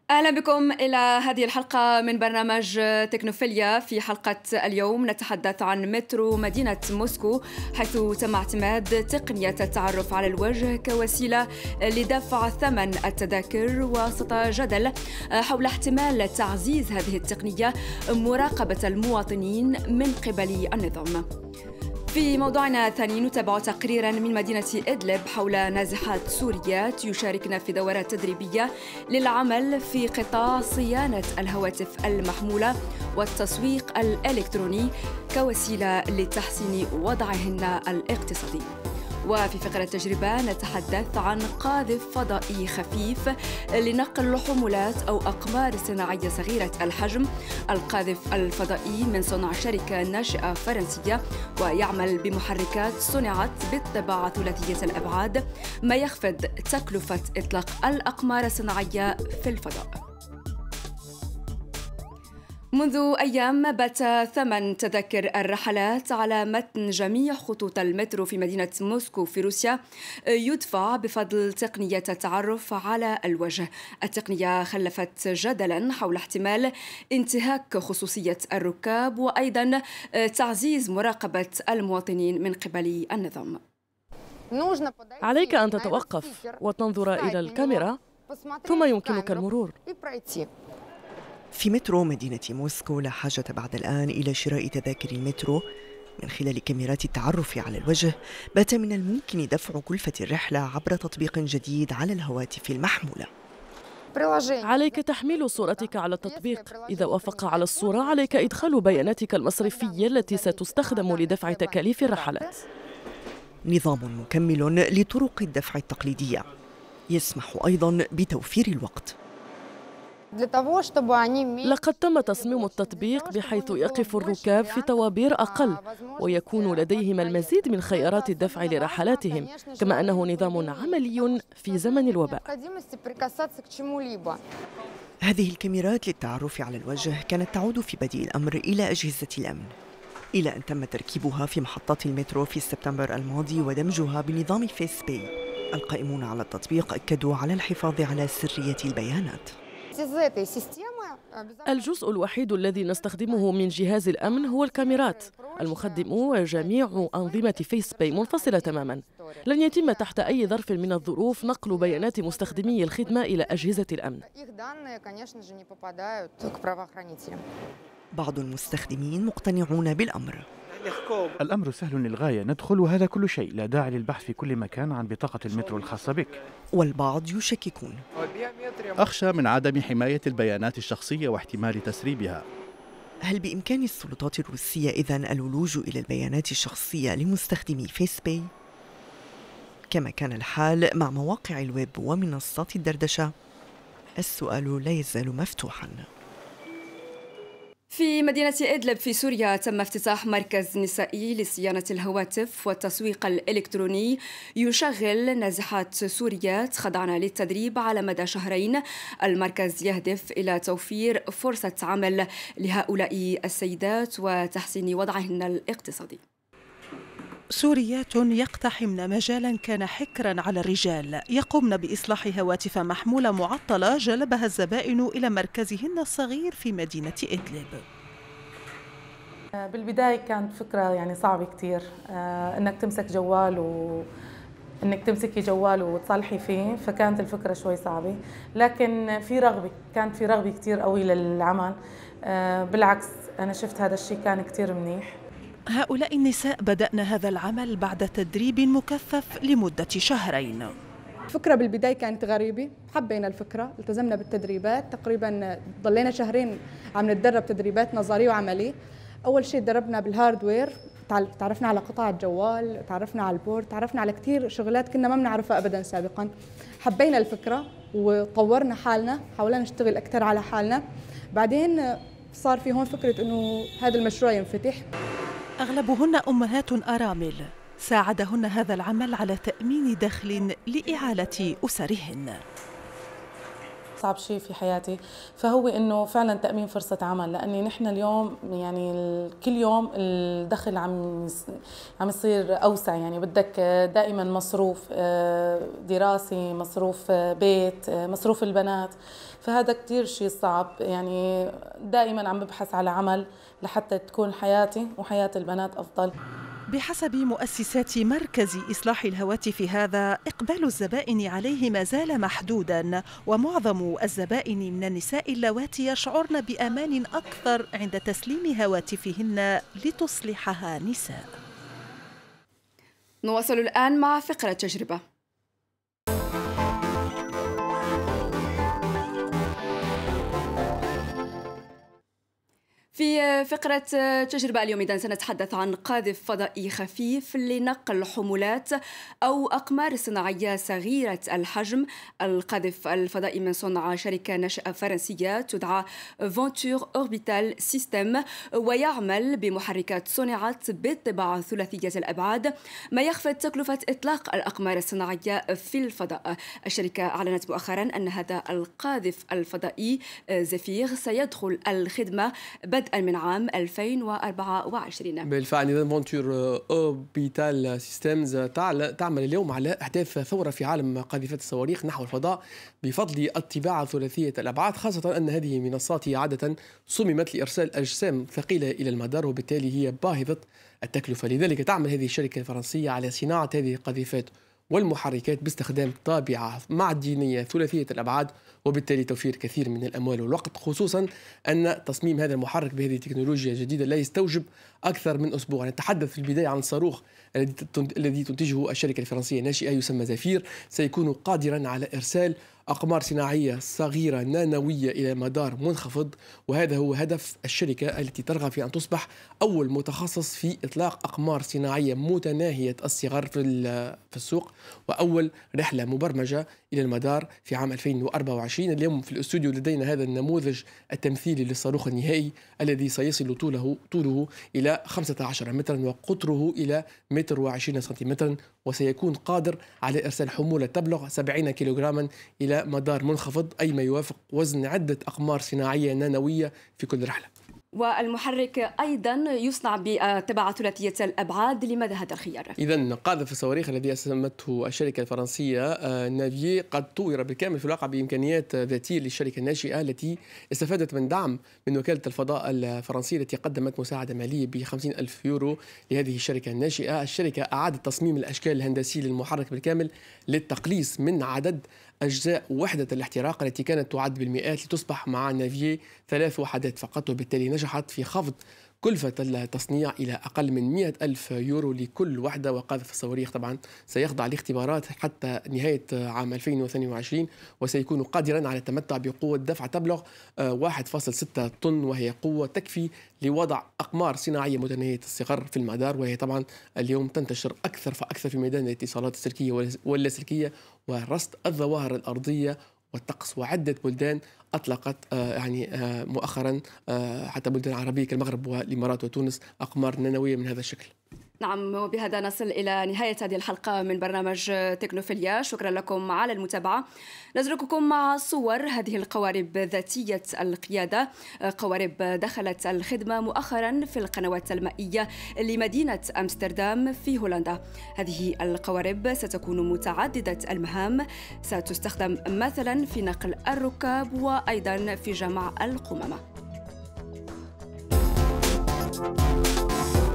أهلا بكم إلى هذه الحلقة من برنامج تكنوفيليا. في حلقة اليوم نتحدث عن مترو مدينة موسكو، حيث تم اعتماد تقنية التعرف على الوجه كوسيلة لدفع ثمن التذاكر، وسط جدل حول احتمال تعزيز هذه التقنية مراقبة المواطنين من قبل النظام. في موضوعنا الثاني نتابع تقريراً من مدينة إدلب حول نازحات سوريات يشاركن في دورات تدريبية للعمل في قطاع صيانة الهواتف المحمولة والتسويق الإلكتروني كوسيلة لتحسين وضعهن الاقتصادي. وفي فقرة التجربة نتحدث عن قاذف فضائي خفيف لنقل حمولات أو أقمار صناعية صغيرة الحجم. القاذف الفضائي من صنع شركة ناشئة فرنسية ويعمل بمحركات صنعت بالطباعة ثلاثية الأبعاد، ما يخفض تكلفة إطلاق الأقمار الصناعية في الفضاء. منذ أيام بات ثمن تذاكر الرحلات على متن جميع خطوط المترو في مدينة موسكو في روسيا يدفع بفضل تقنية التعرف على الوجه. التقنية خلفت جدلاً حول احتمال انتهاك خصوصية الركاب، وأيضاً تعزيز مراقبة المواطنين من قبل النظام. عليك أن تتوقف وتنظر إلى الكاميرا، ثم يمكنك المرور. في مترو مدينة موسكو لا حاجة بعد الآن إلى شراء تذاكر المترو من خلال كاميرات التعرف على الوجه. بات من الممكن دفع كلفة الرحلة عبر تطبيق جديد على الهواتف المحمولة. عليك تحميل صورتك على التطبيق. إذا وافق على الصورة عليك إدخال بياناتك المصرفية التي ستستخدم لدفع تكاليف الرحلات. نظام مكمل لطرق الدفع التقليدية يسمح أيضاً بتوفير الوقت. لقد تم تصميم التطبيق بحيث يقف الركاب في طوابير أقل ويكون لديهم المزيد من خيارات الدفع لرحلاتهم، كما أنه نظام عملي في زمن الوباء. هذه الكاميرات للتعرف على الوجه كانت تعود في بدء الأمر إلى أجهزة الأمن، إلى أن تم تركيبها في محطات المترو في سبتمبر الماضي ودمجها بنظام فيس باي. القائمون على التطبيق أكدوا على الحفاظ على سرية البيانات. الجزء الوحيد الذي نستخدمه من جهاز الأمن هو الكاميرات. المخدم وجميع أنظمة فيس باي منفصلة تماما. لن يتم تحت أي ظرف من الظروف نقل بيانات مستخدمي الخدمة إلى أجهزة الأمن. بعض المستخدمين مقتنعون بالأمر. الأمر سهل للغاية، ندخل وهذا كل شيء، لا داعي للبحث في كل مكان عن بطاقة المترو الخاصة بك. والبعض يشككون. أخشى من عدم حماية البيانات الشخصية واحتمال تسريبها. هل بإمكان السلطات الروسية إذن الولوج إلى البيانات الشخصية لمستخدمي فيس باي؟ كما كان الحال مع مواقع الويب ومنصات الدردشة؟ السؤال لا يزال مفتوحاً. في مدينة إدلب في سوريا تم افتتاح مركز نسائي لصيانة الهواتف والتسويق الإلكتروني يشغل نازحات سوريات خضعن للتدريب على مدى شهرين. المركز يهدف إلى توفير فرصة عمل لهؤلاء السيدات وتحسين وضعهن الاقتصادي. سوريات يقتحمن مجالا كان حكرا على الرجال، يقومن بإصلاح هواتف محمولة معطلة جلبها الزبائن إلى مركزهن الصغير في مدينة إدلب. بالبداية كانت فكرة صعبة كتير، إنك تمسك جوال إنك تمسكي جوال وتصلحي فيه، فكانت الفكرة شوي صعبة، لكن كانت في رغبة كتير قوية للعمل. بالعكس أنا شفت هذا الشيء كان كتير منيح. هؤلاء النساء بدأن هذا العمل بعد تدريب مكثف لمدة شهرين. الفكرة بالبداية كانت غريبة، حبينا الفكرة، التزمنا بالتدريبات، تقريبا ضلينا شهرين عم نتدرب تدريبات نظري وعملي. أول شيء تدربنا بالهاردوير، تعرفنا على قطع الجوال، تعرفنا على البورد، تعرفنا على كتير شغلات كنا ما بنعرفها أبدا سابقا. حبينا الفكرة وطورنا حالنا، حاولنا نشتغل أكثر على حالنا. بعدين صار في هون فكرة إنه هذا المشروع ينفتح. أغلبهن أمهات أرامل، ساعدهن هذا العمل على تأمين دخل لإعالة أسرهن. أصعب شيء في حياتي، فهو إنه فعلا تأمين فرصة عمل، لأني نحن اليوم يعني كل يوم الدخل عم يصير أوسع، يعني بدك دائما مصروف دراسي، مصروف بيت، مصروف البنات، فهذا كتير شيء صعب. يعني دائما عم ببحث على عمل لحتى تكون حياتي وحياة البنات أفضل. بحسب مؤسسات مركز إصلاح الهواتف هذا، إقبال الزبائن عليه ما زال محدوداً، ومعظم الزبائن من النساء اللواتي يشعرن بأمان أكثر عند تسليم هواتفهن لتصلحها نساء. نواصل الآن مع فقرة تجربة. في فقرة تجربة اليوم إذن سنتحدث عن قاذف فضائي خفيف لنقل حمولات أو أقمار صناعية صغيرة الحجم. القاذف الفضائي من صنع شركة ناشئة فرنسية تدعى فونتور أوربيتال سيستم، ويعمل بمحركات صنعت بالطباعة ثلاثية الأبعاد، ما يخفض تكلفة إطلاق الأقمار الصناعية في الفضاء. الشركة أعلنت مؤخرا أن هذا القاذف الفضائي زفير سيدخل الخدمة بدءا من عام 2024. بالفعل إذن فونتور أوربيتال سيستمز تعمل اليوم على إحداث ثورة في عالم قاذفات الصواريخ نحو الفضاء بفضل الطباعة ثلاثية الأبعاد، خاصة أن هذه المنصات عادة صممت لإرسال أجسام ثقيلة إلى المدار، وبالتالي هي باهظة التكلفة. لذلك تعمل هذه الشركة الفرنسية على صناعة هذه القاذفات والمحركات باستخدام طابعة معدنية ثلاثية الأبعاد، وبالتالي توفير كثير من الأموال والوقت، خصوصا أن تصميم هذا المحرك بهذه التكنولوجيا الجديدة لا يستوجب أكثر من أسبوع. نتحدث في البداية عن الصاروخ الذي تنتجه الشركة الفرنسية الناشئة يسمى زفير، سيكون قادرا على إرسال أقمار صناعية صغيرة نانوية إلى مدار منخفض، وهذا هو هدف الشركة التي ترغب في أن تصبح أول متخصص في إطلاق أقمار صناعية متناهية الصغر في السوق، وأول رحلة مبرمجة إلى المدار في عام 2024. اليوم في الاستوديو لدينا هذا النموذج التمثيلي للصاروخ النهائي الذي سيصل طوله إلى 15 مترا وقطره إلى 120 سنتيمترا، وسيكون قادر على إرسال حمولة تبلغ 70 كيلوغراما إلى مدار منخفض، أي ما يوافق وزن عدة أقمار صناعية نانوية في كل رحلة. والمحرك أيضا يصنع بطباعة ثلاثية الأبعاد. لماذا هذا الخيار؟ إذن قاذف الصواريخ الذي أسمته الشركة الفرنسية نافيي قد طور بالكامل في الواقع بإمكانيات ذاتية للشركة الناشئة التي استفادت من دعم من وكالة الفضاء الفرنسية التي قدمت مساعدة مالية ب50,000 يورو لهذه الشركة الناشئة. الشركة أعادت تصميم الأشكال الهندسية للمحرك بالكامل للتقليص من عدد أجزاء وحدة الاحتراق التي كانت تعد بالمئات لتصبح مع نافيي 3 وحدات فقط، وبالتالي نجحت في خفض كلفة التصنيع إلى أقل من 100,000 يورو لكل وحدة. وقاذف الصواريخ طبعا سيخضع لاختبارات حتى نهاية عام 2022، وسيكون قادرا على التمتع بقوة دفع تبلغ 1.6 طن، وهي قوة تكفي لوضع أقمار صناعية متناهية الصغر في المدار، وهي طبعا اليوم تنتشر أكثر فأكثر في ميدان الاتصالات السلكية واللاسلكية ورصد الظواهر الأرضية والطقس. وعدة بلدان أطلقت مؤخرا حتى بلدان عربية كالمغرب والإمارات وتونس أقمار نانوية من هذا الشكل. نعم، وبهذا نصل إلى نهاية هذه الحلقة من برنامج تكنوفيليا. شكرا لكم على المتابعة. نترككم مع صور هذه القوارب ذاتية القيادة، قوارب دخلت الخدمة مؤخرا في القنوات المائية لمدينة أمستردام في هولندا. هذه القوارب ستكون متعددة المهام، ستستخدم مثلا في نقل الركاب وأيضا في جمع القمامة.